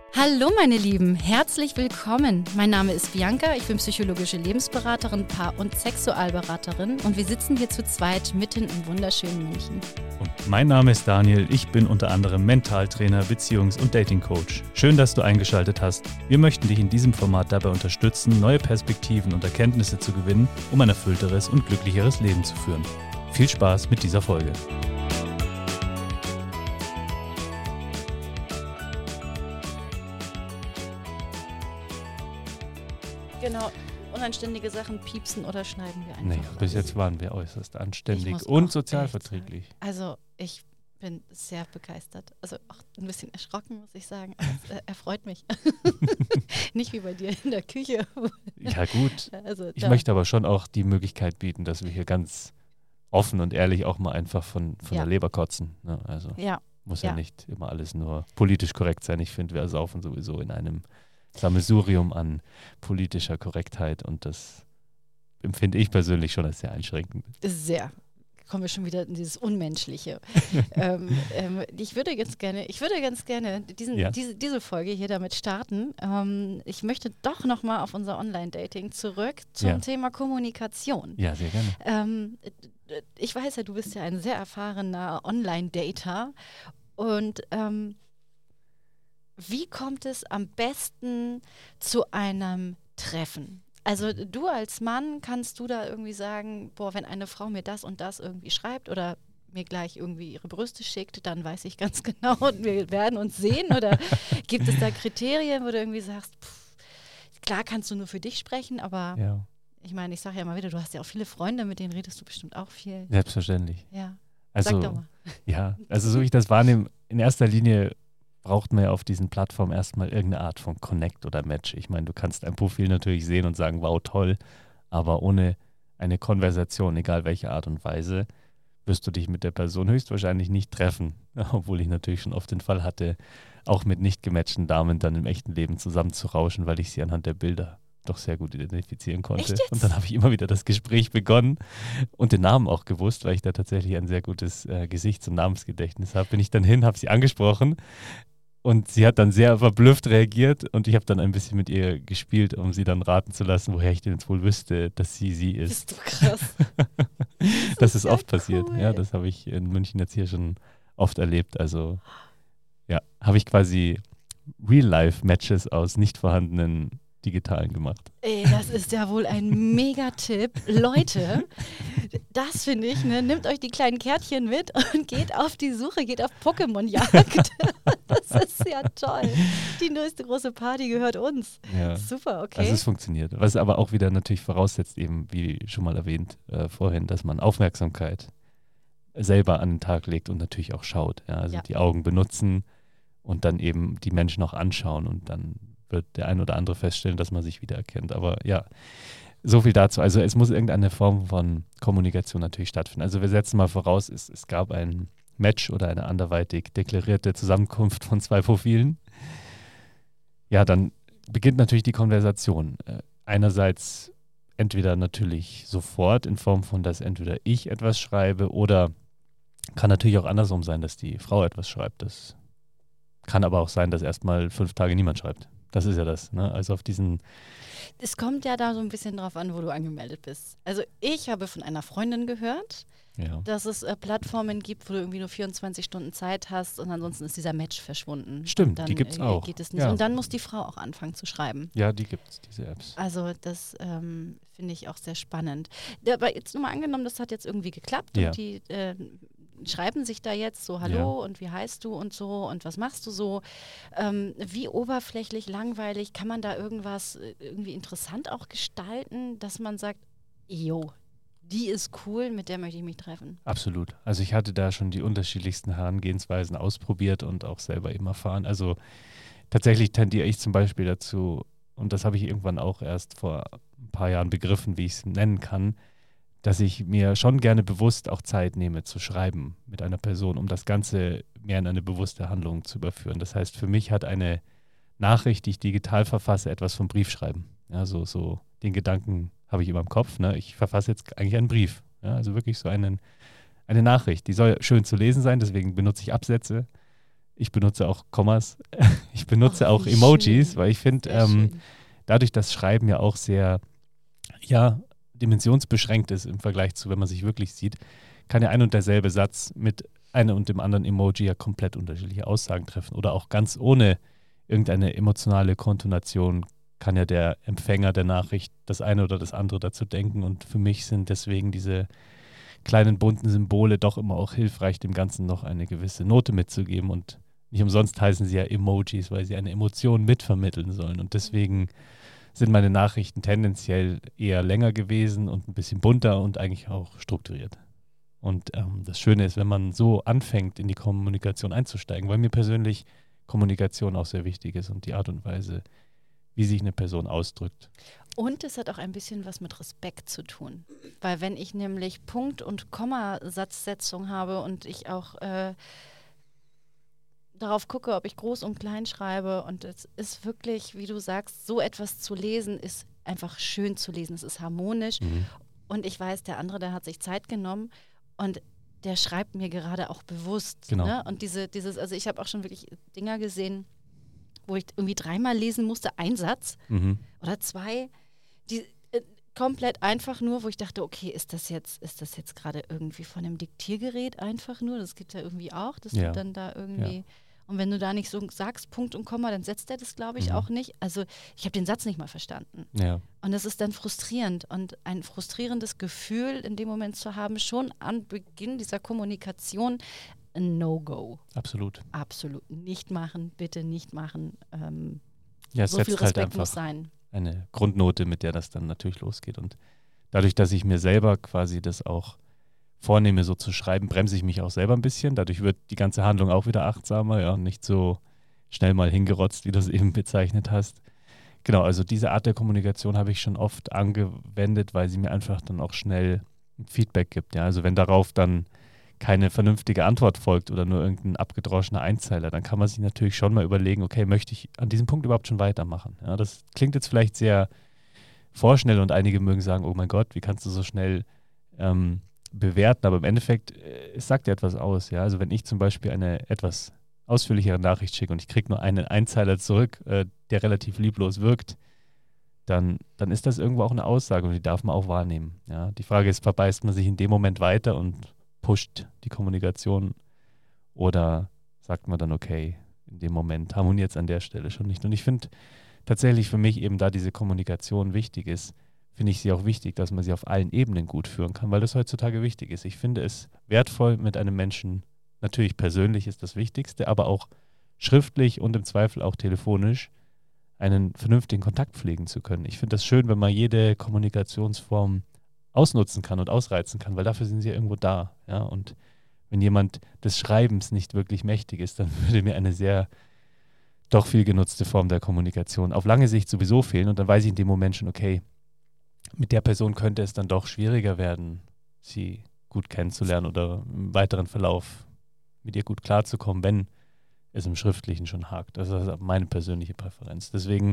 Hallo meine Lieben, herzlich willkommen. Mein Name ist Bianca, ich bin psychologische Lebensberaterin, Paar- und Sexualberaterin und wir sitzen hier zu zweit mitten im wunderschönen München. Und mein Name ist Daniel, ich bin unter anderem Mentaltrainer, Beziehungs- und Datingcoach. Schön, dass du eingeschaltet hast. Wir möchten dich in diesem Format dabei unterstützen, neue Perspektiven und Erkenntnisse zu gewinnen, um ein erfüllteres und glücklicheres Leben zu führen. Viel Spaß mit dieser Folge. Genau, unanständige Sachen piepsen oder schneiden wir einfach. Naja, bis jetzt waren wir äußerst anständig muss und auch sozialverträglich. Also ich bin sehr begeistert, also auch ein bisschen erschrocken, muss ich sagen, aber es erfreut mich. Nicht wie bei dir in der Küche. Ja gut, Also ich möchte aber schon auch die Möglichkeit bieten, dass wir hier ganz offen und ehrlich auch mal einfach von der Leber kotzen. Ne? Also muss ja nicht immer alles nur politisch korrekt sein. Ich finde, wir saufen sowieso in einem Sammelsurium an politischer Korrektheit und das empfinde ich persönlich schon als sehr einschränkend. Sehr. Kommen wir schon wieder in dieses Unmenschliche. Ich würde ganz gerne diese Folge hier damit starten. Ich möchte doch nochmal auf unser Online-Dating zurück zum Thema Kommunikation. Ja, sehr gerne. Ich weiß ja, du bist ja ein sehr erfahrener Online-Dater und wie kommt es am besten zu einem Treffen? Also du als Mann, kannst du da irgendwie sagen, boah, wenn eine Frau mir das und das irgendwie schreibt oder mir gleich irgendwie ihre Brüste schickt, dann weiß ich ganz genau, wir werden uns sehen? Oder gibt es da Kriterien, wo du irgendwie sagst, klar kannst du nur für dich sprechen, aber ich meine, ich sage ja immer wieder, du hast ja auch viele Freunde, mit denen redest du bestimmt auch viel. Selbstverständlich. Ja, also, sag doch mal. Ja, also so wie ich das wahrnehme, in erster Linie braucht man ja auf diesen Plattformen erstmal irgendeine Art von Connect oder Match. Ich meine, du kannst ein Profil natürlich sehen und sagen, wow, toll, aber ohne eine Konversation, egal welche Art und Weise, wirst du dich mit der Person höchstwahrscheinlich nicht treffen. Obwohl ich natürlich schon oft den Fall hatte, auch mit nicht gematchten Damen dann im echten Leben zusammenzurauschen, weil ich sie anhand der Bilder doch sehr gut identifizieren konnte. Echt jetzt? Und dann habe ich immer wieder das Gespräch begonnen und den Namen auch gewusst, weil ich da tatsächlich ein sehr gutes Gesichts- und Namensgedächtnis habe. Bin ich dann hin, habe sie angesprochen und sie hat dann sehr verblüfft reagiert und ich habe dann ein bisschen mit ihr gespielt, um sie dann raten zu lassen, woher ich denn jetzt wohl wüsste, dass sie ist. Bist du krass. Das ist oft passiert. Ja, das habe ich in München jetzt hier schon oft erlebt. Also ja, habe ich quasi Real-Life-Matches aus nicht vorhandenen digitalen gemacht. Ey, das ist ja wohl ein Mega-Tipp. Leute, das finde ich, nehmt euch die kleinen Kärtchen mit und geht auf die Suche, geht auf Pokémon-Jagd. Das ist ja toll. Die nächste große Party gehört uns. Ja. Super, okay. Also es funktioniert. Was aber auch wieder natürlich voraussetzt, eben wie schon mal erwähnt vorhin, dass man Aufmerksamkeit selber an den Tag legt und natürlich auch schaut. Ja? Also die Augen benutzen und dann eben die Menschen auch anschauen und dann wird der ein oder andere feststellen, dass man sich wiedererkennt. Aber ja, so viel dazu. Also es muss irgendeine Form von Kommunikation natürlich stattfinden. Also wir setzen mal voraus, es gab ein Match oder eine anderweitig deklarierte Zusammenkunft von zwei Profilen. Ja, dann beginnt natürlich die Konversation. Einerseits entweder natürlich sofort in Form von, dass entweder ich etwas schreibe oder kann natürlich auch andersrum sein, dass die Frau etwas schreibt. Das kann aber auch sein, dass erstmal 5 Tage niemand schreibt. Das ist ja das, ne? Also auf diesen... Es kommt ja da so ein bisschen drauf an, wo du angemeldet bist. Also ich habe von einer Freundin gehört, dass es Plattformen gibt, wo du irgendwie nur 24 Stunden Zeit hast und ansonsten ist dieser Match verschwunden. Stimmt, dann, die gibt es auch. Geht es nicht. Und dann muss die Frau auch anfangen zu schreiben. Ja, die gibt es, diese Apps. Also das finde ich auch sehr spannend. Aber jetzt nur mal angenommen, das hat jetzt irgendwie geklappt und die schreiben sich da jetzt so, hallo und wie heißt du und so und was machst du so? Wie oberflächlich, langweilig, kann man da irgendwas irgendwie interessant auch gestalten, dass man sagt, jo, die ist cool, mit der möchte ich mich treffen? Absolut. Also ich hatte da schon die unterschiedlichsten Herangehensweisen ausprobiert und auch selber eben erfahren. Also tatsächlich tendiere ich zum Beispiel dazu, und das habe ich irgendwann auch erst vor ein paar Jahren begriffen, wie ich es nennen kann, dass ich mir schon gerne bewusst auch Zeit nehme zu schreiben mit einer Person, um das Ganze mehr in eine bewusste Handlung zu überführen. Das heißt, für mich hat eine Nachricht, die ich digital verfasse, etwas vom Briefschreiben. Ja, so den Gedanken habe ich immer im Kopf. Ne? Ich verfasse jetzt eigentlich einen Brief. Ja? Also wirklich so eine Nachricht. Die soll schön zu lesen sein, deswegen benutze ich Absätze. Ich benutze auch Kommas. Ich benutze auch Emojis, schön. weil ich finde, dadurch, dass Schreiben ja auch sehr, ja, dimensionsbeschränkt ist im Vergleich zu, wenn man sich wirklich sieht, kann ja ein und derselbe Satz mit einem und dem anderen Emoji ja komplett unterschiedliche Aussagen treffen. Oder auch ganz ohne irgendeine emotionale Kontonation kann ja der Empfänger der Nachricht das eine oder das andere dazu denken. Und für mich sind deswegen diese kleinen bunten Symbole doch immer auch hilfreich, dem Ganzen noch eine gewisse Note mitzugeben. Und nicht umsonst heißen sie ja Emojis, weil sie eine Emotion mitvermitteln sollen. Und deswegen sind meine Nachrichten tendenziell eher länger gewesen und ein bisschen bunter und eigentlich auch strukturiert. Und das Schöne ist, wenn man so anfängt, in die Kommunikation einzusteigen, weil mir persönlich Kommunikation auch sehr wichtig ist und die Art und Weise, wie sich eine Person ausdrückt. Und es hat auch ein bisschen was mit Respekt zu tun. Weil wenn ich nämlich Punkt- und Kommasatzsetzung habe und ich auch darauf gucke, ob ich groß und klein schreibe, und es ist wirklich, wie du sagst, so etwas zu lesen, ist einfach schön zu lesen. Es ist harmonisch. Und ich weiß, der andere, der hat sich Zeit genommen und der schreibt mir gerade auch bewusst. Genau. Ne? Und also ich habe auch schon wirklich Dinger gesehen, wo ich irgendwie 3-mal lesen musste, ein Satz oder 2, die komplett einfach nur, wo ich dachte, okay, ist das jetzt gerade irgendwie von einem Diktiergerät einfach nur? Das gibt ja irgendwie auch, dass du dann da irgendwie, und wenn du da nicht so sagst, Punkt und Komma, dann setzt er das, glaube ich, auch nicht. Also ich habe den Satz nicht mal verstanden. Ja. Und das ist dann frustrierend und ein frustrierendes Gefühl in dem Moment zu haben, schon am Beginn dieser Kommunikation, ein No-Go. Absolut. Absolut. Nicht machen, bitte nicht machen. Ja, es so viel setzt halt Respekt muss einfach sein. eine Grundnote, mit der das dann natürlich losgeht. Und dadurch, dass ich mir selber quasi das auch vornehme, so zu schreiben, bremse ich mich auch selber ein bisschen. Dadurch wird die ganze Handlung auch wieder achtsamer, ja, und nicht so schnell mal hingerotzt, wie du es eben bezeichnet hast. Genau, also diese Art der Kommunikation habe ich schon oft angewendet, weil sie mir einfach dann auch schnell Feedback gibt. Ja, also wenn darauf dann keine vernünftige Antwort folgt oder nur irgendein abgedroschener Einzeiler, dann kann man sich natürlich schon mal überlegen, okay, möchte ich an diesem Punkt überhaupt schon weitermachen? Ja, das klingt jetzt vielleicht sehr vorschnell und einige mögen sagen, oh mein Gott, wie kannst du so schnell bewerten? Aber im Endeffekt, es sagt ja etwas aus. Ja? Also wenn ich zum Beispiel eine etwas ausführlichere Nachricht schicke und ich kriege nur einen Einzeiler zurück, der relativ lieblos wirkt, dann ist das irgendwo auch eine Aussage und die darf man auch wahrnehmen. Ja? Die Frage ist, verbeißt man sich in dem Moment weiter und pusht die Kommunikation oder sagt man dann, okay, in dem Moment harmoniert es an der Stelle schon nicht. Und ich finde tatsächlich für mich eben, da diese Kommunikation wichtig ist, finde ich sie auch wichtig, dass man sie auf allen Ebenen gut führen kann, weil das heutzutage wichtig ist. Ich finde es wertvoll, mit einem Menschen, natürlich persönlich ist das Wichtigste, aber auch schriftlich und im Zweifel auch telefonisch einen vernünftigen Kontakt pflegen zu können. Ich finde das schön, wenn man jede Kommunikationsform ausnutzen kann und ausreizen kann, weil dafür sind sie ja irgendwo da. Ja? Und wenn jemand des Schreibens nicht wirklich mächtig ist, dann würde mir eine sehr doch viel genutzte Form der Kommunikation auf lange Sicht sowieso fehlen. Und dann weiß ich in dem Moment schon, okay, mit der Person könnte es dann doch schwieriger werden, sie gut kennenzulernen oder im weiteren Verlauf mit ihr gut klarzukommen, wenn es im Schriftlichen schon hakt. Das ist meine persönliche Präferenz. Deswegen,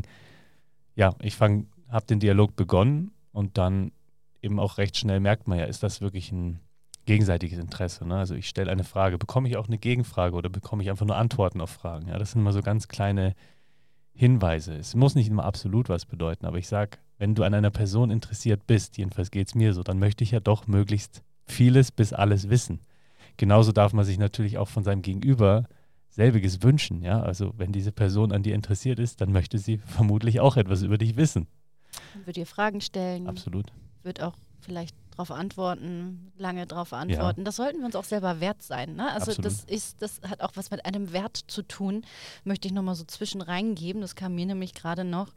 ja, ich habe den Dialog begonnen und dann eben auch recht schnell merkt man ja, ist das wirklich ein gegenseitiges Interesse. Ne? Also ich stelle eine Frage, bekomme ich auch eine Gegenfrage oder bekomme ich einfach nur Antworten auf Fragen? Ja, das sind immer so ganz kleine Hinweise. Es muss nicht immer absolut was bedeuten, aber ich sage, wenn du an einer Person interessiert bist, jedenfalls geht es mir so, dann möchte ich ja doch möglichst vieles bis alles wissen. Genauso darf man sich natürlich auch von seinem Gegenüber selbiges wünschen. Ja? Also wenn diese Person an dir interessiert ist, dann möchte sie vermutlich auch etwas über dich wissen. Und wird dir Fragen stellen. Absolut. Wird auch vielleicht darauf antworten, lange darauf antworten. Ja. Das sollten wir uns auch selber wert sein. Ne? Also das hat auch was mit einem Wert zu tun, möchte ich nochmal so zwischen reingeben. Das kam mir nämlich gerade noch.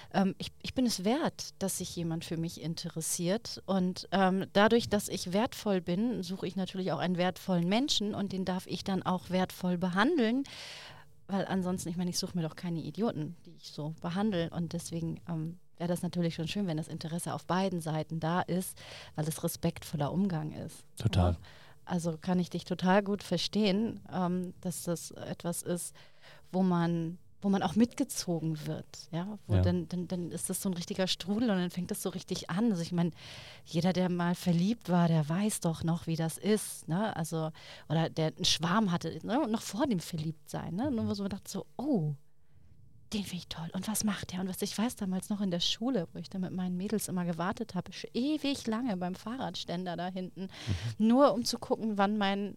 Ich bin es wert, dass sich jemand für mich interessiert. Und dadurch, dass ich wertvoll bin, suche ich natürlich auch einen wertvollen Menschen und den darf ich dann auch wertvoll behandeln. Weil ansonsten, ich meine, ich suche mir doch keine Idioten, die ich so behandle. Und deswegen wäre das natürlich schon schön, wenn das Interesse auf beiden Seiten da ist, weil es respektvoller Umgang ist. Total. Ja? Also kann ich dich total gut verstehen, dass das etwas ist, wo man wo man auch mitgezogen wird, ja, wo Ja. dann ist das so ein richtiger Strudel und dann fängt das so richtig an. Also ich meine, jeder, der mal verliebt war, der weiß doch noch, wie das ist, ne? Also, oder der einen Schwarm hatte, ne? Noch vor dem Verliebtsein, ne? Nur wo so man dachte so, oh, den finde ich toll. Und was macht der? Und was ich weiß damals noch in der Schule, wo ich da mit meinen Mädels immer gewartet habe, ewig lange beim Fahrradständer da hinten, nur um zu gucken, wann mein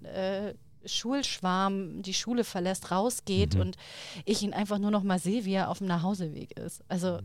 Schulschwarm die Schule verlässt, rausgeht und ich ihn einfach nur noch mal sehe, wie er auf dem Nachhauseweg ist. Also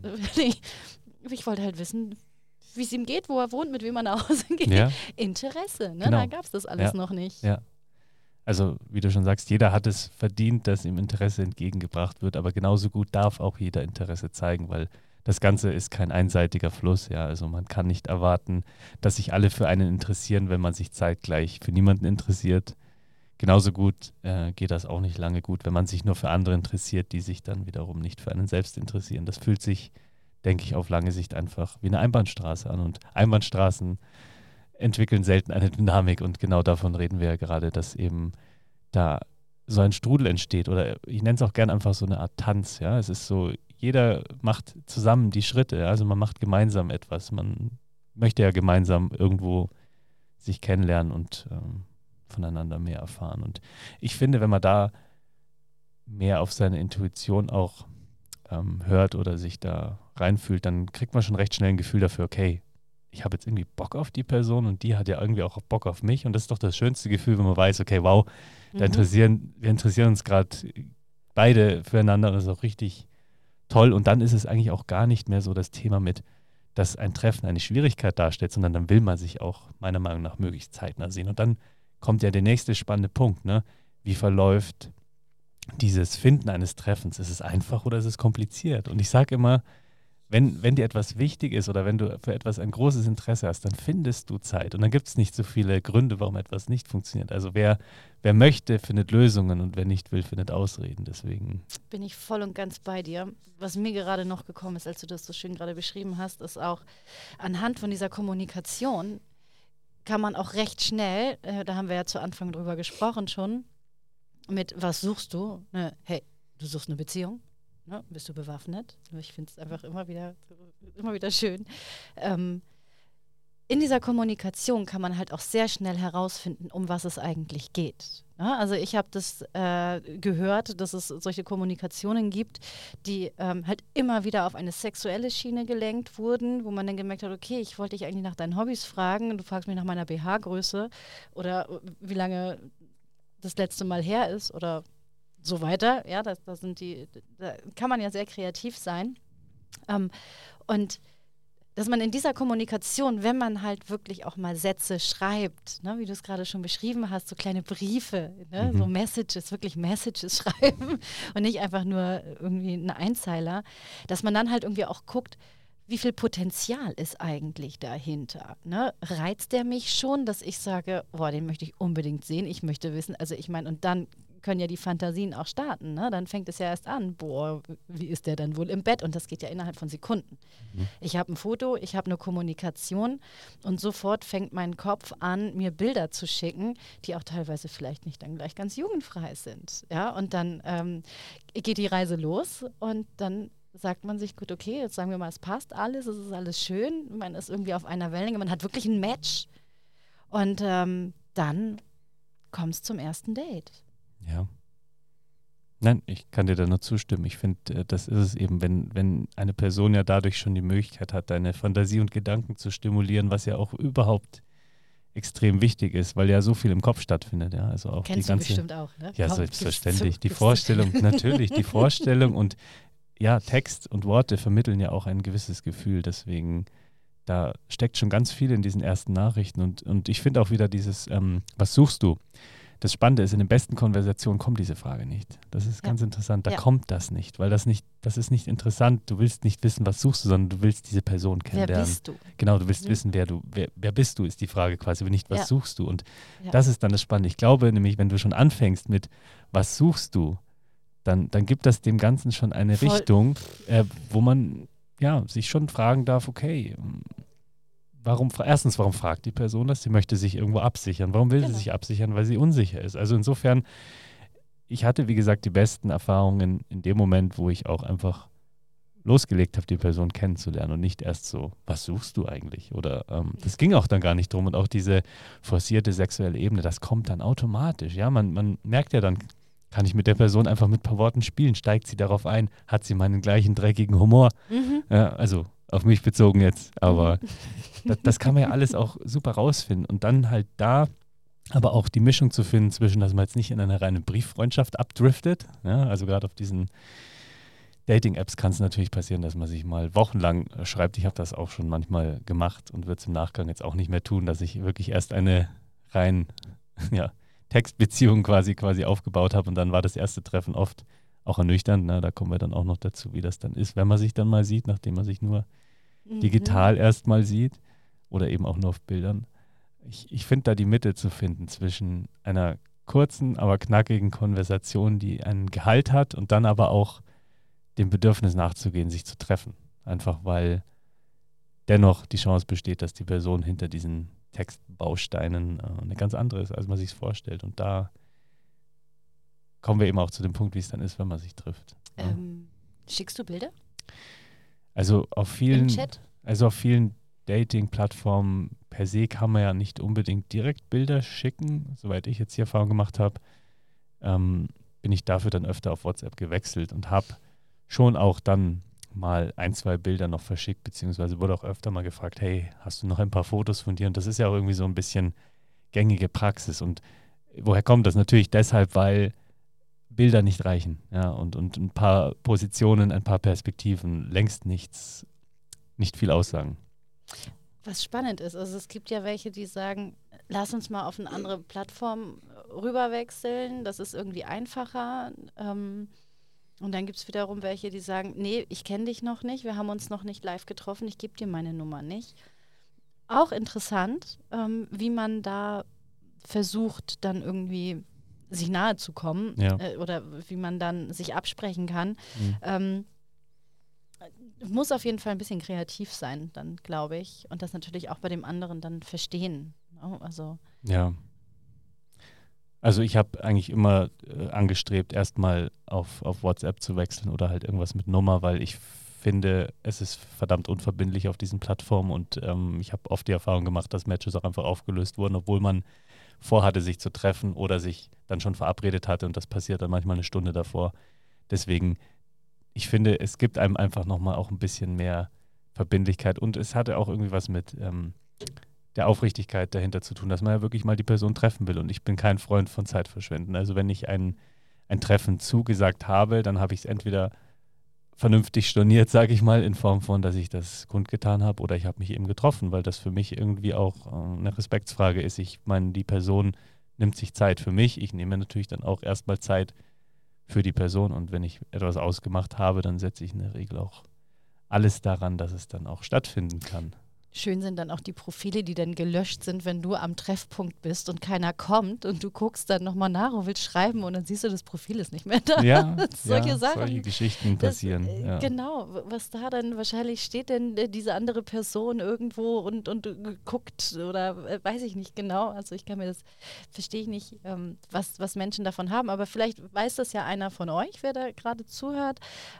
ich wollte halt wissen, wie es ihm geht, wo er wohnt, mit wem er nach Hause geht. Ja. Interesse, ne? Genau. Da gab es das alles noch nicht. Ja. Also, wie du schon sagst, jeder hat es verdient, dass ihm Interesse entgegengebracht wird, aber genauso gut darf auch jeder Interesse zeigen, weil das Ganze ist kein einseitiger Fluss, ja. Also man kann nicht erwarten, dass sich alle für einen interessieren, wenn man sich zeitgleich für niemanden interessiert. Genauso gut geht das auch nicht lange gut, wenn man sich nur für andere interessiert, die sich dann wiederum nicht für einen selbst interessieren. Das fühlt sich, denke ich, auf lange Sicht einfach wie eine Einbahnstraße an. Und Einbahnstraßen entwickeln selten eine Dynamik. Und genau davon reden wir ja gerade, dass eben da so ein Strudel entsteht. Oder ich nenne es auch gern einfach so eine Art Tanz. Ja? Es ist so, jeder macht zusammen die Schritte. Ja? Also man macht gemeinsam etwas. Man möchte ja gemeinsam irgendwo sich kennenlernen und voneinander mehr erfahren. Und ich finde, wenn man da mehr auf seine Intuition auch hört oder sich da reinfühlt, dann kriegt man schon recht schnell ein Gefühl dafür, okay, ich habe jetzt irgendwie Bock auf die Person und die hat ja irgendwie auch Bock auf mich. Und das ist doch das schönste Gefühl, wenn man weiß, okay, wow, wir interessieren uns gerade beide füreinander. Das ist auch richtig toll. Und dann ist es eigentlich auch gar nicht mehr so das Thema mit, dass ein Treffen eine Schwierigkeit darstellt, sondern dann will man sich auch meiner Meinung nach möglichst zeitnah sehen. Und dann kommt ja der nächste spannende Punkt, ne? Wie verläuft dieses Finden eines Treffens? Ist es einfach oder ist es kompliziert? Und ich sage immer, wenn dir etwas wichtig ist oder wenn du für etwas ein großes Interesse hast, dann findest du Zeit. Und dann gibt es nicht so viele Gründe, warum etwas nicht funktioniert. Also wer möchte, findet Lösungen und wer nicht will, findet Ausreden. Deswegen bin ich voll und ganz bei dir. Was mir gerade noch gekommen ist, als du das so schön gerade beschrieben hast, ist auch anhand von dieser Kommunikation kann man auch recht schnell, da haben wir ja zu Anfang drüber gesprochen schon, mit was suchst du? Ne, hey, du suchst eine Beziehung? Ne? Bist du bewaffnet? Ich finde es einfach immer wieder schön. In dieser Kommunikation kann man halt auch sehr schnell herausfinden, um was es eigentlich geht. Ja, also ich habe das gehört, dass es solche Kommunikationen gibt, die halt immer wieder auf eine sexuelle Schiene gelenkt wurden, wo man dann gemerkt hat, okay, ich wollte dich eigentlich nach deinen Hobbys fragen, du fragst mich nach meiner BH-Größe oder wie lange das letzte Mal her ist oder so weiter. Ja, da kann man ja sehr kreativ sein. Und dass man in dieser Kommunikation, wenn man halt wirklich auch mal Sätze schreibt, ne, wie du es gerade schon beschrieben hast, so kleine Briefe, ne, so wirklich Messages schreiben und nicht einfach nur irgendwie eine Einzeiler, dass man dann halt irgendwie auch guckt, wie viel Potenzial ist eigentlich dahinter? Ne? Reizt der mich schon, dass ich sage, boah, den möchte ich unbedingt sehen, ich möchte wissen, also ich meine, und dann können ja die Fantasien auch starten, ne? Dann fängt es ja erst an, boah, wie ist der dann wohl im Bett? Und das geht ja innerhalb von Sekunden. Ich habe ein Foto, ich habe eine Kommunikation und sofort fängt mein Kopf an, mir Bilder zu schicken, die auch teilweise vielleicht nicht dann gleich ganz jugendfrei sind. Ja? Und dann geht die Reise los und dann sagt man sich, gut, okay, jetzt sagen wir mal, es passt alles, es ist alles schön, man ist irgendwie auf einer Wellenlänge, man hat wirklich ein Match und dann kommt es zum ersten Date. Ja. Nein, ich kann dir da nur zustimmen. Ich finde, das ist es eben, wenn eine Person ja dadurch schon die Möglichkeit hat, deine Fantasie und Gedanken zu stimulieren, was ja auch überhaupt extrem wichtig ist, weil ja so viel im Kopf stattfindet. Ja, also auch Kennst die ganze, du bestimmt auch, ne? Ja, selbstverständlich. Die Vorstellung, natürlich, die Vorstellung und ja, Text und Worte vermitteln ja auch ein gewisses Gefühl. Deswegen, da steckt schon ganz viel in diesen ersten Nachrichten. Und ich finde auch wieder dieses, was suchst du? Das Spannende ist, in den besten Konversationen kommt diese Frage nicht. Das ist ganz interessant. Da kommt das nicht, weil das ist nicht interessant. Du willst nicht wissen, was suchst du, sondern du willst diese Person kennenlernen. Wer bist du? Genau, du willst wissen, wer bist du, ist die Frage quasi, aber nicht, was suchst du. Und das ist dann das Spannende. Ich glaube nämlich, wenn du schon anfängst mit, was suchst du, dann gibt das dem Ganzen schon eine Richtung, wo man sich schon fragen darf, okay, warum fragt die Person das? Sie möchte sich irgendwo absichern. Warum will sie sich absichern? Weil sie unsicher ist. Also insofern, ich hatte, wie gesagt, die besten Erfahrungen in dem Moment, wo ich auch einfach losgelegt habe, die Person kennenzulernen und nicht erst so, was suchst du eigentlich? Oder das ging auch dann gar nicht drum. Und auch diese forcierte sexuelle Ebene, das kommt dann automatisch. Ja, man merkt ja dann, kann ich mit der Person einfach mit ein paar Worten spielen? Steigt sie darauf ein? Hat sie meinen gleichen dreckigen Humor? Ja, also auf mich bezogen jetzt. Aber das kann man ja alles auch super rausfinden. Und dann halt da aber auch die Mischung zu finden zwischen, dass man jetzt nicht in eine reine Brieffreundschaft abdriftet. Ja, also gerade auf diesen Dating-Apps kann es natürlich passieren, dass man sich mal wochenlang schreibt. Ich habe das auch schon manchmal gemacht und würde es im Nachgang jetzt auch nicht mehr tun, dass ich wirklich erst eine rein Textbeziehung quasi aufgebaut habe und dann war das erste Treffen oft auch ernüchternd. Na, da kommen wir dann auch noch dazu, wie das dann ist, wenn man sich dann mal sieht, nachdem man sich nur digital erst mal sieht oder eben auch nur auf Bildern. Ich finde da die Mitte zu finden zwischen einer kurzen, aber knackigen Konversation, die einen Gehalt hat und dann aber auch dem Bedürfnis nachzugehen, sich zu treffen. Einfach weil dennoch die Chance besteht, dass die Person hinter diesen Textbausteinen eine ganz andere ist, als man sich es vorstellt. Und da kommen wir eben auch zu dem Punkt, wie es dann ist, wenn man sich trifft. Schickst du Bilder? Also auf vielen, Im Chat? also auf vielen Dating-Plattformen per se kann man ja nicht unbedingt direkt Bilder schicken. Soweit ich jetzt die Erfahrung gemacht habe, bin ich dafür dann öfter auf WhatsApp gewechselt und habe schon auch dann mal 1, 2 Bilder noch verschickt, beziehungsweise wurde auch öfter mal gefragt, hey, hast du noch ein paar Fotos von dir? Und das ist ja auch irgendwie so ein bisschen gängige Praxis. Und woher kommt das? Natürlich deshalb, weil Bilder nicht reichen. Ja, und ein paar Positionen, ein paar Perspektiven längst nicht viel aussagen. Was spannend ist, also es gibt ja welche, die sagen, lass uns mal auf eine andere Plattform rüberwechseln, das ist irgendwie einfacher. Und dann gibt es wiederum welche, die sagen, nee, ich kenne dich noch nicht, wir haben uns noch nicht live getroffen, ich gebe dir meine Nummer nicht. Auch interessant, wie man da versucht, dann irgendwie sich nahe zu kommen oder wie man dann sich absprechen kann. Muss auf jeden Fall ein bisschen kreativ sein, dann glaube ich. Und das natürlich auch bei dem anderen dann verstehen. Also ja. Also ich habe eigentlich immer angestrebt, erstmal auf WhatsApp zu wechseln oder halt irgendwas mit Nummer, weil ich finde, es ist verdammt unverbindlich auf diesen Plattformen und ich habe oft die Erfahrung gemacht, dass Matches auch einfach aufgelöst wurden, obwohl man vorhatte, sich zu treffen oder sich dann schon verabredet hatte und das passiert dann manchmal eine Stunde davor. Deswegen, ich finde, es gibt einem einfach nochmal auch ein bisschen mehr Verbindlichkeit und es hatte auch irgendwie was mit der Aufrichtigkeit dahinter zu tun, dass man ja wirklich mal die Person treffen will. Und ich bin kein Freund von Zeitverschwenden. Also wenn ich ein Treffen zugesagt habe, dann habe ich es entweder vernünftig storniert, sage ich mal, in Form von, dass ich das kundgetan habe oder ich habe mich eben getroffen, weil das für mich irgendwie auch eine Respektsfrage ist. Ich meine, die Person nimmt sich Zeit für mich. Ich nehme natürlich dann auch erstmal Zeit für die Person. Und wenn ich etwas ausgemacht habe, dann setze ich in der Regel auch alles daran, dass es dann auch stattfinden kann. Schön sind dann auch die Profile, die dann gelöscht sind, wenn du am Treffpunkt bist und keiner kommt und du guckst dann nochmal nach und willst schreiben und dann siehst du, das Profil ist nicht mehr da. Ja, solche Sachen. Solche Geschichten passieren. Genau, was da dann wahrscheinlich steht denn diese andere Person irgendwo und guckt oder weiß ich nicht genau. Also ich kann mir das, verstehe ich nicht, was Menschen davon haben, aber vielleicht weiß das ja einer von euch, wer da gerade zuhört.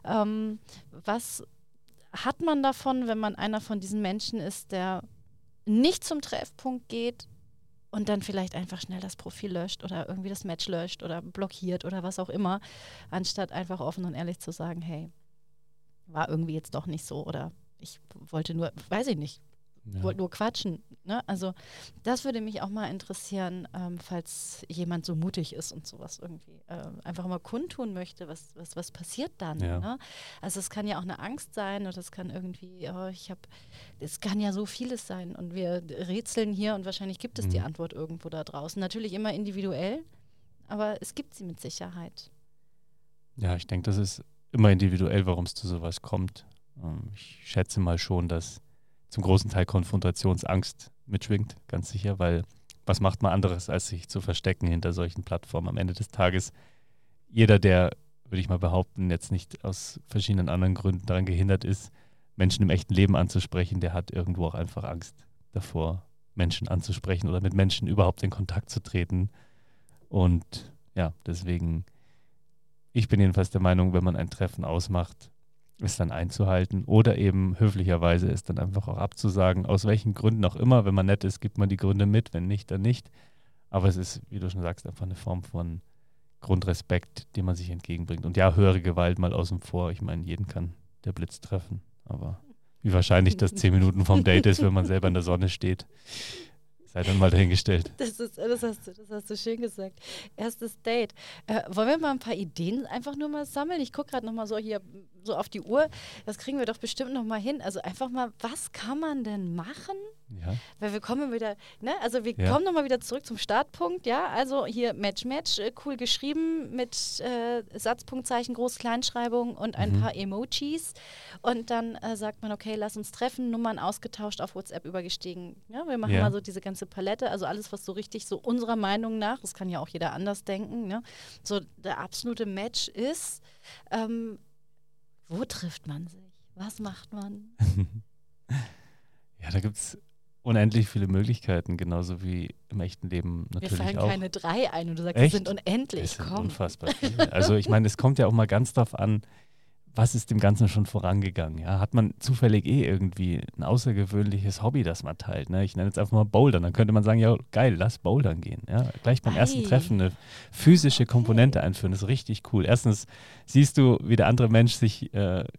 Was hat man davon, wenn man einer von diesen Menschen ist, der nicht zum Treffpunkt geht und dann vielleicht einfach schnell das Profil löscht oder irgendwie das Match löscht oder blockiert oder was auch immer, anstatt einfach offen und ehrlich zu sagen, hey, war irgendwie jetzt doch nicht so oder ich wollte nur, weiß ich nicht, wollte nur quatschen. Ne? Also das würde mich auch mal interessieren, falls jemand so mutig ist und sowas irgendwie einfach mal kundtun möchte, was passiert dann. Ja. Ne? Also es kann ja auch eine Angst sein oder es kann irgendwie, es kann ja so vieles sein und wir rätseln hier und wahrscheinlich gibt es die Antwort irgendwo da draußen. Natürlich immer individuell, aber es gibt sie mit Sicherheit. Ja, ich denke, das ist immer individuell, warum es zu sowas kommt. Ich schätze mal schon, dass zum großen Teil Konfrontationsangst mitschwingt, ganz sicher, weil was macht man anderes, als sich zu verstecken hinter solchen Plattformen am Ende des Tages? Jeder, der, würde ich mal behaupten, jetzt nicht aus verschiedenen anderen Gründen daran gehindert ist, Menschen im echten Leben anzusprechen, der hat irgendwo auch einfach Angst davor, Menschen anzusprechen oder mit Menschen überhaupt in Kontakt zu treten. Und ja, deswegen ich bin jedenfalls der Meinung, wenn man ein Treffen ausmacht, es dann einzuhalten oder eben höflicherweise es dann einfach auch abzusagen, aus welchen Gründen auch immer. Wenn man nett ist, gibt man die Gründe mit, wenn nicht, dann nicht. Aber es ist, wie du schon sagst, einfach eine Form von Grundrespekt, den man sich entgegenbringt. Und ja, höhere Gewalt mal außen vor. Ich meine, jeden kann der Blitz treffen. Aber wie wahrscheinlich das 10 Minuten vom Date ist, wenn man selber in der Sonne steht, sei dann mal dahingestellt. Das hast du schön gesagt. Erstes Date. Wollen wir mal ein paar Ideen einfach nur mal sammeln? Ich gucke gerade noch mal so hier so auf die Uhr. Das kriegen wir doch bestimmt noch mal hin. Also einfach mal, was kann man denn machen? Ja. Weil wir kommen wieder, ne? Also wir kommen noch mal wieder zurück zum Startpunkt, ja? Also hier Match, cool geschrieben mit Satzpunktzeichen, Groß-Kleinschreibung und ein paar Emojis. Und dann sagt man, okay, lass uns treffen, Nummern ausgetauscht, auf WhatsApp übergestiegen. Ja, wir machen mal so diese ganze Palette, also alles, was so richtig so unserer Meinung nach, das kann ja auch jeder anders denken, ne? So der absolute Match ist, wo trifft man sich? Was macht man? Ja, da gibt es unendlich viele Möglichkeiten, genauso wie im echten Leben natürlich auch. Mir fallen keine 3 ein und du sagst, es sind unendlich. Es sind unfassbar viele. Also ich meine, es kommt ja auch mal ganz drauf an, was ist dem Ganzen schon vorangegangen? Ja? Hat man zufällig irgendwie ein außergewöhnliches Hobby, das man teilt? Ne? Ich nenne jetzt einfach mal Bouldern. Dann könnte man sagen, ja geil, lass Bouldern gehen. Ja? Gleich beim ersten Treffen eine physische Komponente einführen, das ist richtig cool. Erstens siehst du, wie der andere Mensch sich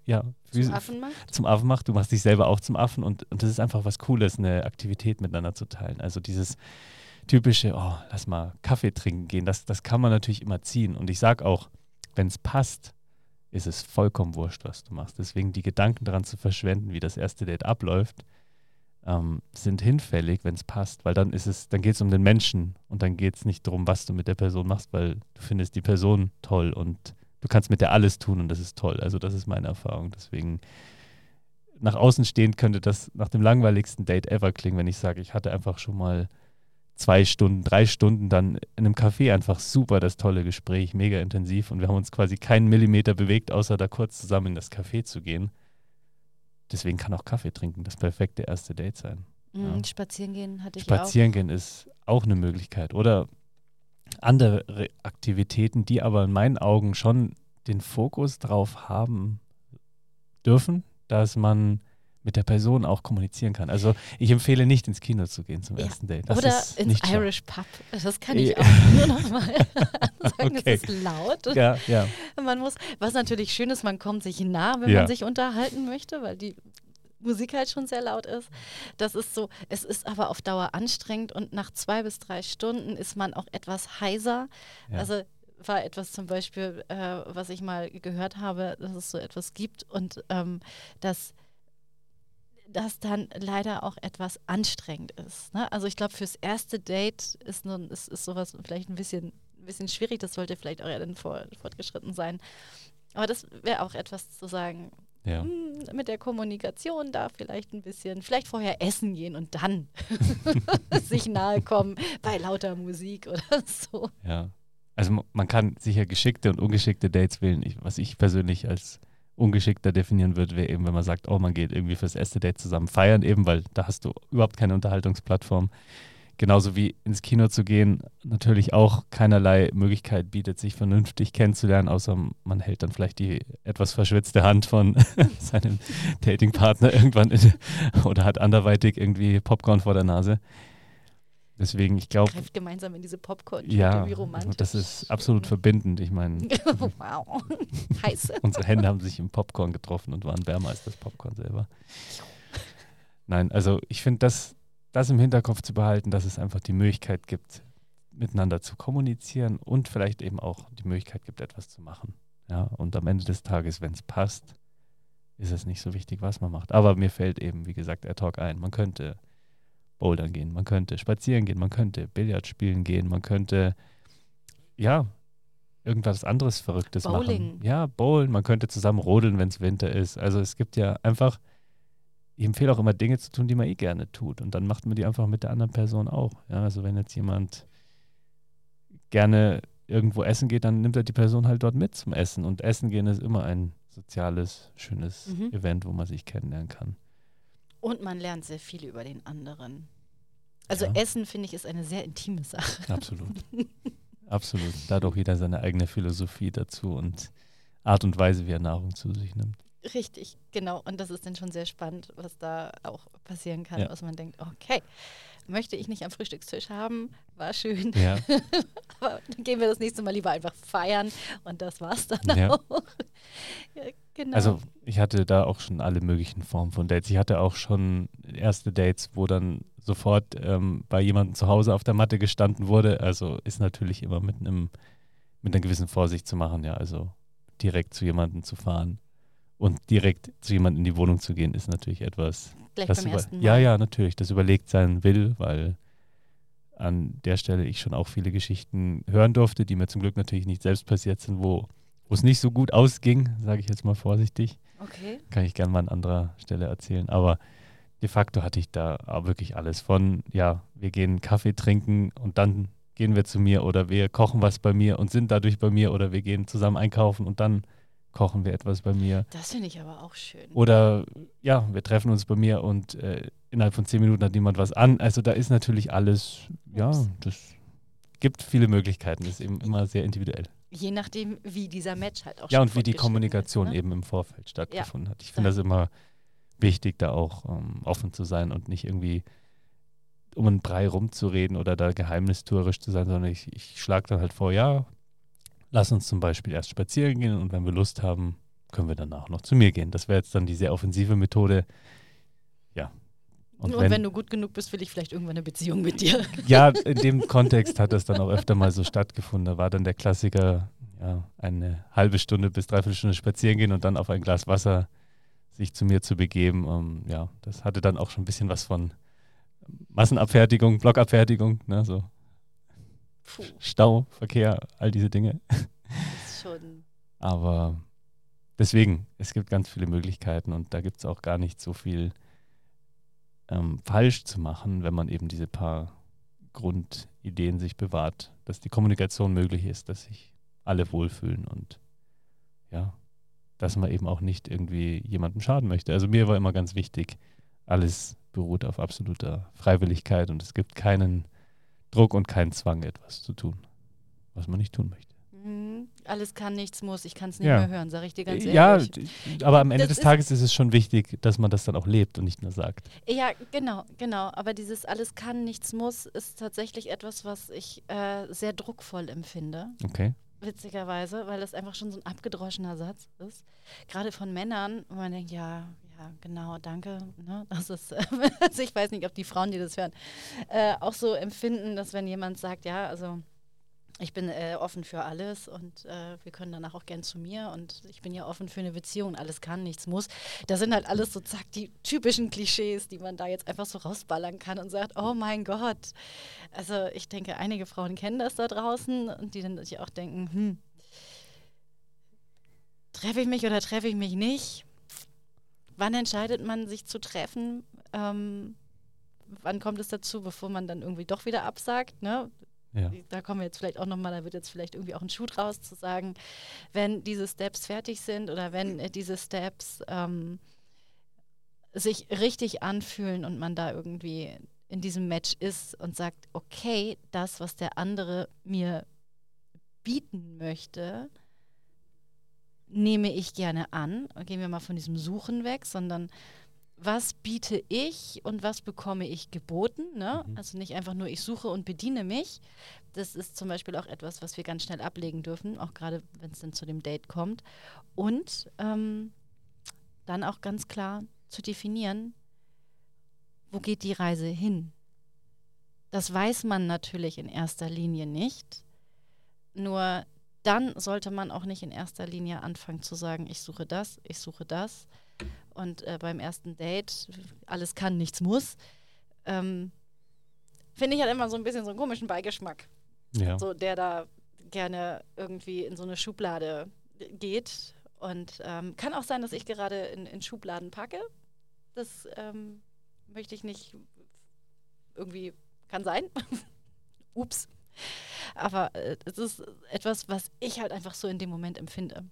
zum Affen macht. Du machst dich selber auch zum Affen und das ist einfach was Cooles, eine Aktivität miteinander zu teilen. Also dieses typische, oh, lass mal Kaffee trinken gehen, das kann man natürlich immer ziehen. Und ich sage auch, wenn es passt, ist es vollkommen wurscht, was du machst. Deswegen die Gedanken daran zu verschwenden, wie das erste Date abläuft, sind hinfällig, wenn es passt, weil dann geht es um den Menschen und dann geht es nicht darum, was du mit der Person machst, weil du findest die Person toll und du kannst mit der alles tun und das ist toll. Also das ist meine Erfahrung. Deswegen nach außen stehend könnte das nach dem langweiligsten Date ever klingen, wenn ich sage, ich hatte einfach schon mal 2 Stunden, 3 Stunden dann in einem Café einfach super das tolle Gespräch, mega intensiv und wir haben uns quasi keinen Millimeter bewegt, außer da kurz zusammen in das Café zu gehen. Deswegen kann auch Kaffee trinken das perfekte erste Date sein. Ja. Spazieren gehen hatte ich Spazieren gehen ist auch eine Möglichkeit oder andere Aktivitäten, die aber in meinen Augen schon den Fokus drauf haben dürfen, dass man mit der Person auch kommunizieren kann. Also ich empfehle nicht ins Kino zu gehen zum ersten Date. Das oder ist ins nicht Irish Pub. Das kann ich auch nur noch mal sagen. Okay. Es ist laut. Ja. Man muss, was natürlich schön ist, man kommt sich nah, wenn man sich unterhalten möchte, weil die Musik halt schon sehr laut ist. Das ist so, es ist aber auf Dauer anstrengend und nach 2 bis 3 Stunden ist man auch etwas heiser. Ja. Also war etwas zum Beispiel, was ich mal gehört habe, dass es so etwas gibt und das dann leider auch etwas anstrengend ist. Ne? Also ich glaube, fürs erste Date ist sowas vielleicht ein bisschen schwierig. Das sollte vielleicht auch eher dann fortgeschritten sein. Aber das wäre auch etwas zu sagen, mit der Kommunikation da vielleicht vorher essen gehen und dann sich nahe kommen bei lauter Musik oder so. Ja, also man kann sicher geschickte und ungeschickte Dates wählen. Was ich persönlich als ungeschickter definieren würde, wäre eben, wenn man sagt, oh, man geht irgendwie fürs erste Date zusammen feiern eben, weil da hast du überhaupt keine Unterhaltungsplattform. Genauso wie ins Kino zu gehen, natürlich auch keinerlei Möglichkeit bietet, sich vernünftig kennenzulernen, außer man hält dann vielleicht die etwas verschwitzte Hand von seinem Datingpartner irgendwann oder hat anderweitig irgendwie Popcorn vor der Nase. Deswegen, ich glaube... Greift gemeinsam in diese Popcorn, irgendwie romantisch. Das ist absolut verbindend. Ich meine, wow, heiß. Unsere Hände haben sich im Popcorn getroffen und waren wärmer als das Popcorn selber. Nein, also ich finde, das im Hinterkopf zu behalten, dass es einfach die Möglichkeit gibt, miteinander zu kommunizieren und vielleicht eben auch die Möglichkeit gibt, etwas zu machen. Ja, und am Ende des Tages, wenn es passt, ist es nicht so wichtig, was man macht. Aber mir fällt eben, wie gesagt, AirTalk ein. Man könnte Bouldern gehen, man könnte spazieren gehen, man könnte Billard spielen gehen, man könnte, irgendwas anderes Verrücktes machen. Ja, bowlen, man könnte zusammen rodeln, wenn es Winter ist. Also es gibt ja einfach, ich empfehle auch immer Dinge zu tun, die man gerne tut. Und dann macht man die einfach mit der anderen Person auch. Ja, also wenn jetzt jemand gerne irgendwo essen geht, dann nimmt er die Person halt dort mit zum Essen. Und Essen gehen ist immer ein soziales, schönes Event, wo man sich kennenlernen kann. Und man lernt sehr viel über den anderen. Also Essen, finde ich, ist eine sehr intime Sache. Absolut. absolut. Da hat auch jeder seine eigene Philosophie dazu und Art und Weise, wie er Nahrung zu sich nimmt. Richtig, genau. Und das ist dann schon sehr spannend, was da auch passieren kann, Ja. was man denkt, okay, möchte ich nicht am Frühstückstisch haben, war schön. Ja. Aber dann gehen wir das nächste Mal lieber einfach feiern und das war's dann Ja. auch. Ja, genau. Also ich hatte da auch schon alle möglichen Formen von Dates. Ich hatte auch schon erste Dates, wo dann sofort bei jemandem zu Hause auf der Matte gestanden wurde. Also ist natürlich immer mit einer gewissen Vorsicht zu machen, ja. Also direkt zu jemandem zu fahren und direkt zu jemandem in die Wohnung zu gehen, ist natürlich etwas, Gleich das beim ersten Mal. ja, natürlich, das überlegt sein will, weil an der Stelle ich schon auch viele Geschichten hören durfte, die mir zum Glück natürlich nicht selbst passiert sind, wo es nicht so gut ausging, sage ich jetzt mal vorsichtig. Okay. Kann ich gerne mal an anderer Stelle erzählen. Aber de facto hatte ich da auch wirklich alles von, ja, wir gehen Kaffee trinken und dann gehen wir zu mir oder wir kochen was bei mir und sind dadurch bei mir oder wir gehen zusammen einkaufen und dann kochen wir etwas bei mir. Das finde ich aber auch schön. Oder ja, wir treffen uns bei mir und innerhalb von 10 Minuten hat niemand was an. Also da ist natürlich alles, ja, das gibt viele Möglichkeiten, ist eben immer sehr individuell. Je nachdem, wie dieser Match halt auch Ja, schon und wie die fortgeschritten Kommunikation ist, ne? eben im Vorfeld stattgefunden hat. Ich finde das immer wichtig, da auch offen zu sein und nicht irgendwie um einen Brei rumzureden oder da geheimnistuerisch zu sein, sondern ich schlage dann halt vor, ja, lass uns zum Beispiel erst spazieren gehen und wenn wir Lust haben, können wir danach noch zu mir gehen. Das wäre jetzt dann die sehr offensive Methode. Ja. Und wenn du gut genug bist, will ich vielleicht irgendwann eine Beziehung mit dir. Ja, in dem Kontext hat das dann auch öfter mal so stattgefunden. Da war dann der Klassiker, ja, eine halbe Stunde bis 3/4 Stunde spazieren gehen und dann auf ein Glas Wasser sich zu mir zu begeben. Ja, das hatte dann auch schon ein bisschen was von Massenabfertigung, Blockabfertigung, ne, so Stau, Verkehr, all diese Dinge. Das ist schon. Aber deswegen, es gibt ganz viele Möglichkeiten und da gibt es auch gar nicht so viel falsch zu machen, wenn man eben diese paar Grundideen sich bewahrt, dass die Kommunikation möglich ist, dass sich alle wohlfühlen und ja, dass man eben auch nicht irgendwie jemandem schaden möchte. Also mir war immer ganz wichtig, alles beruht auf absoluter Freiwilligkeit und es gibt keinen Druck und keinen Zwang, etwas zu tun, was man nicht tun möchte. Alles kann, nichts muss. Ich kann es nicht mehr hören, sage ich dir ganz ehrlich. Ja, aber am Ende des Tages ist es schon wichtig, dass man das dann auch lebt und nicht nur sagt. Ja, genau. Aber dieses alles kann, nichts muss ist tatsächlich etwas, was ich sehr druckvoll empfinde. Okay. Witzigerweise, weil das einfach schon so ein abgedroschener Satz ist. Gerade von Männern, wo man denkt, ja, genau, danke. Ne? Das ist, also ich weiß nicht, ob die Frauen, die das hören, auch so empfinden, dass wenn jemand sagt, ja, also ich bin offen für alles und wir können danach auch gern zu mir und ich bin ja offen für eine Beziehung, alles kann, nichts muss. Das sind halt alles so, zack, die typischen Klischees, die man da jetzt einfach so rausballern kann und sagt, oh mein Gott. Also ich denke, einige Frauen kennen das da draußen und die dann sich auch denken, treffe ich mich oder treffe ich mich nicht? Wann entscheidet man, sich zu treffen? Wann kommt es dazu, bevor man dann irgendwie doch wieder absagt, ne? Ja. Da kommen wir jetzt vielleicht auch nochmal, da wird jetzt vielleicht irgendwie auch ein Schuh draus zu sagen, wenn diese Steps fertig sind oder wenn diese Steps sich richtig anfühlen und man da irgendwie in diesem Match ist und sagt, okay, das, was der andere mir bieten möchte, nehme ich gerne an. Gehen wir mal von diesem Suchen weg, sondern was biete ich und was bekomme ich geboten? Ne? Also nicht einfach nur, ich suche und bediene mich. Das ist zum Beispiel auch etwas, was wir ganz schnell ablegen dürfen, auch gerade wenn es dann zu dem Date kommt. Und dann auch ganz klar zu definieren, wo geht die Reise hin? Das weiß man natürlich in erster Linie nicht. Nur dann sollte man auch nicht in erster Linie anfangen zu sagen, ich suche das. Und beim ersten Date, alles kann, nichts muss, finde ich halt immer so ein bisschen so einen komischen Beigeschmack. Ja. So, der da gerne irgendwie in so eine Schublade geht. Und kann auch sein, dass ich gerade in Schubladen packe. Das möchte ich nicht irgendwie, kann sein. Ups. Aber es ist etwas, was ich halt einfach so in dem Moment empfinde.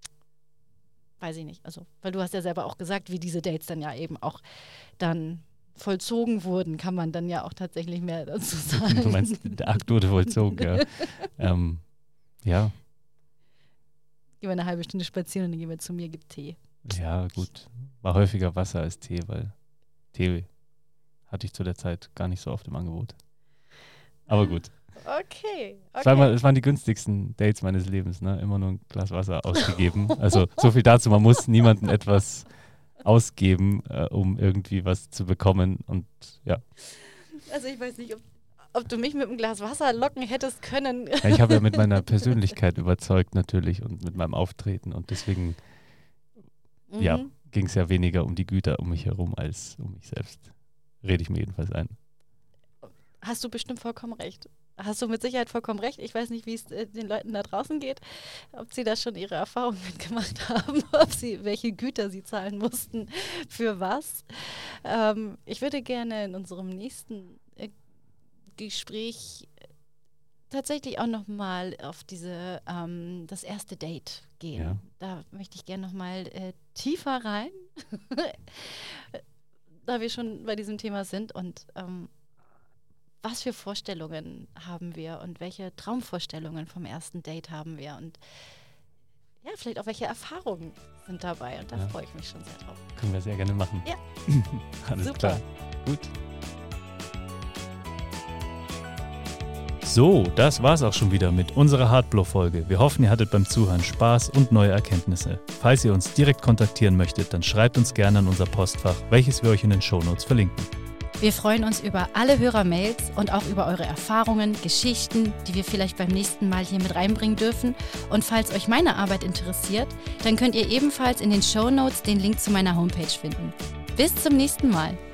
Weiß ich nicht. Also, weil du hast ja selber auch gesagt, wie diese Dates dann ja eben auch dann vollzogen wurden, kann man dann ja auch tatsächlich mehr dazu sagen. Du meinst, der Akt wurde vollzogen, ja. Ja. Gehen wir eine halbe Stunde spazieren und dann gehen wir zu mir, gibt Tee. Ja, gut. War häufiger Wasser als Tee, weil Tee hatte ich zu der Zeit gar nicht so oft im Angebot. Aber gut. Okay. Es waren die günstigsten Dates meines Lebens, ne? Immer nur ein Glas Wasser ausgegeben. Also so viel dazu, man muss niemandem etwas ausgeben, um irgendwie was zu bekommen und ja. Also ich weiß nicht, ob du mich mit einem Glas Wasser locken hättest können. Ja, ich habe ja mit meiner Persönlichkeit überzeugt natürlich und mit meinem Auftreten und deswegen ging es ja weniger um die Güter um mich herum als um mich selbst. Rede ich mir jedenfalls ein. Hast du bestimmt vollkommen recht. Hast du mit Sicherheit vollkommen recht. Ich weiß nicht, wie es den Leuten da draußen geht, ob sie da schon ihre Erfahrungen mitgemacht haben, welche Güter sie zahlen mussten, für was. Ich würde gerne in unserem nächsten Gespräch tatsächlich auch nochmal auf das erste Date gehen. Ja. Da möchte ich gerne nochmal tiefer rein, da wir schon bei diesem Thema sind und was für Vorstellungen haben wir und welche Traumvorstellungen vom ersten Date haben wir und ja, vielleicht auch welche Erfahrungen sind dabei und da freue ich mich schon sehr drauf. Können wir sehr gerne machen. Ja. Alles Super. klar. Gut. So, das war's auch schon wieder mit unserer Hardblow-Folge. Wir hoffen, ihr hattet beim Zuhören Spaß und neue Erkenntnisse. Falls ihr uns direkt kontaktieren möchtet, dann schreibt uns gerne an unser Postfach, welches wir euch in den Shownotes verlinken. Wir freuen uns über alle Hörermails und auch über eure Erfahrungen, Geschichten, die wir vielleicht beim nächsten Mal hier mit reinbringen dürfen. Und falls euch meine Arbeit interessiert, dann könnt ihr ebenfalls in den Shownotes den Link zu meiner Homepage finden. Bis zum nächsten Mal.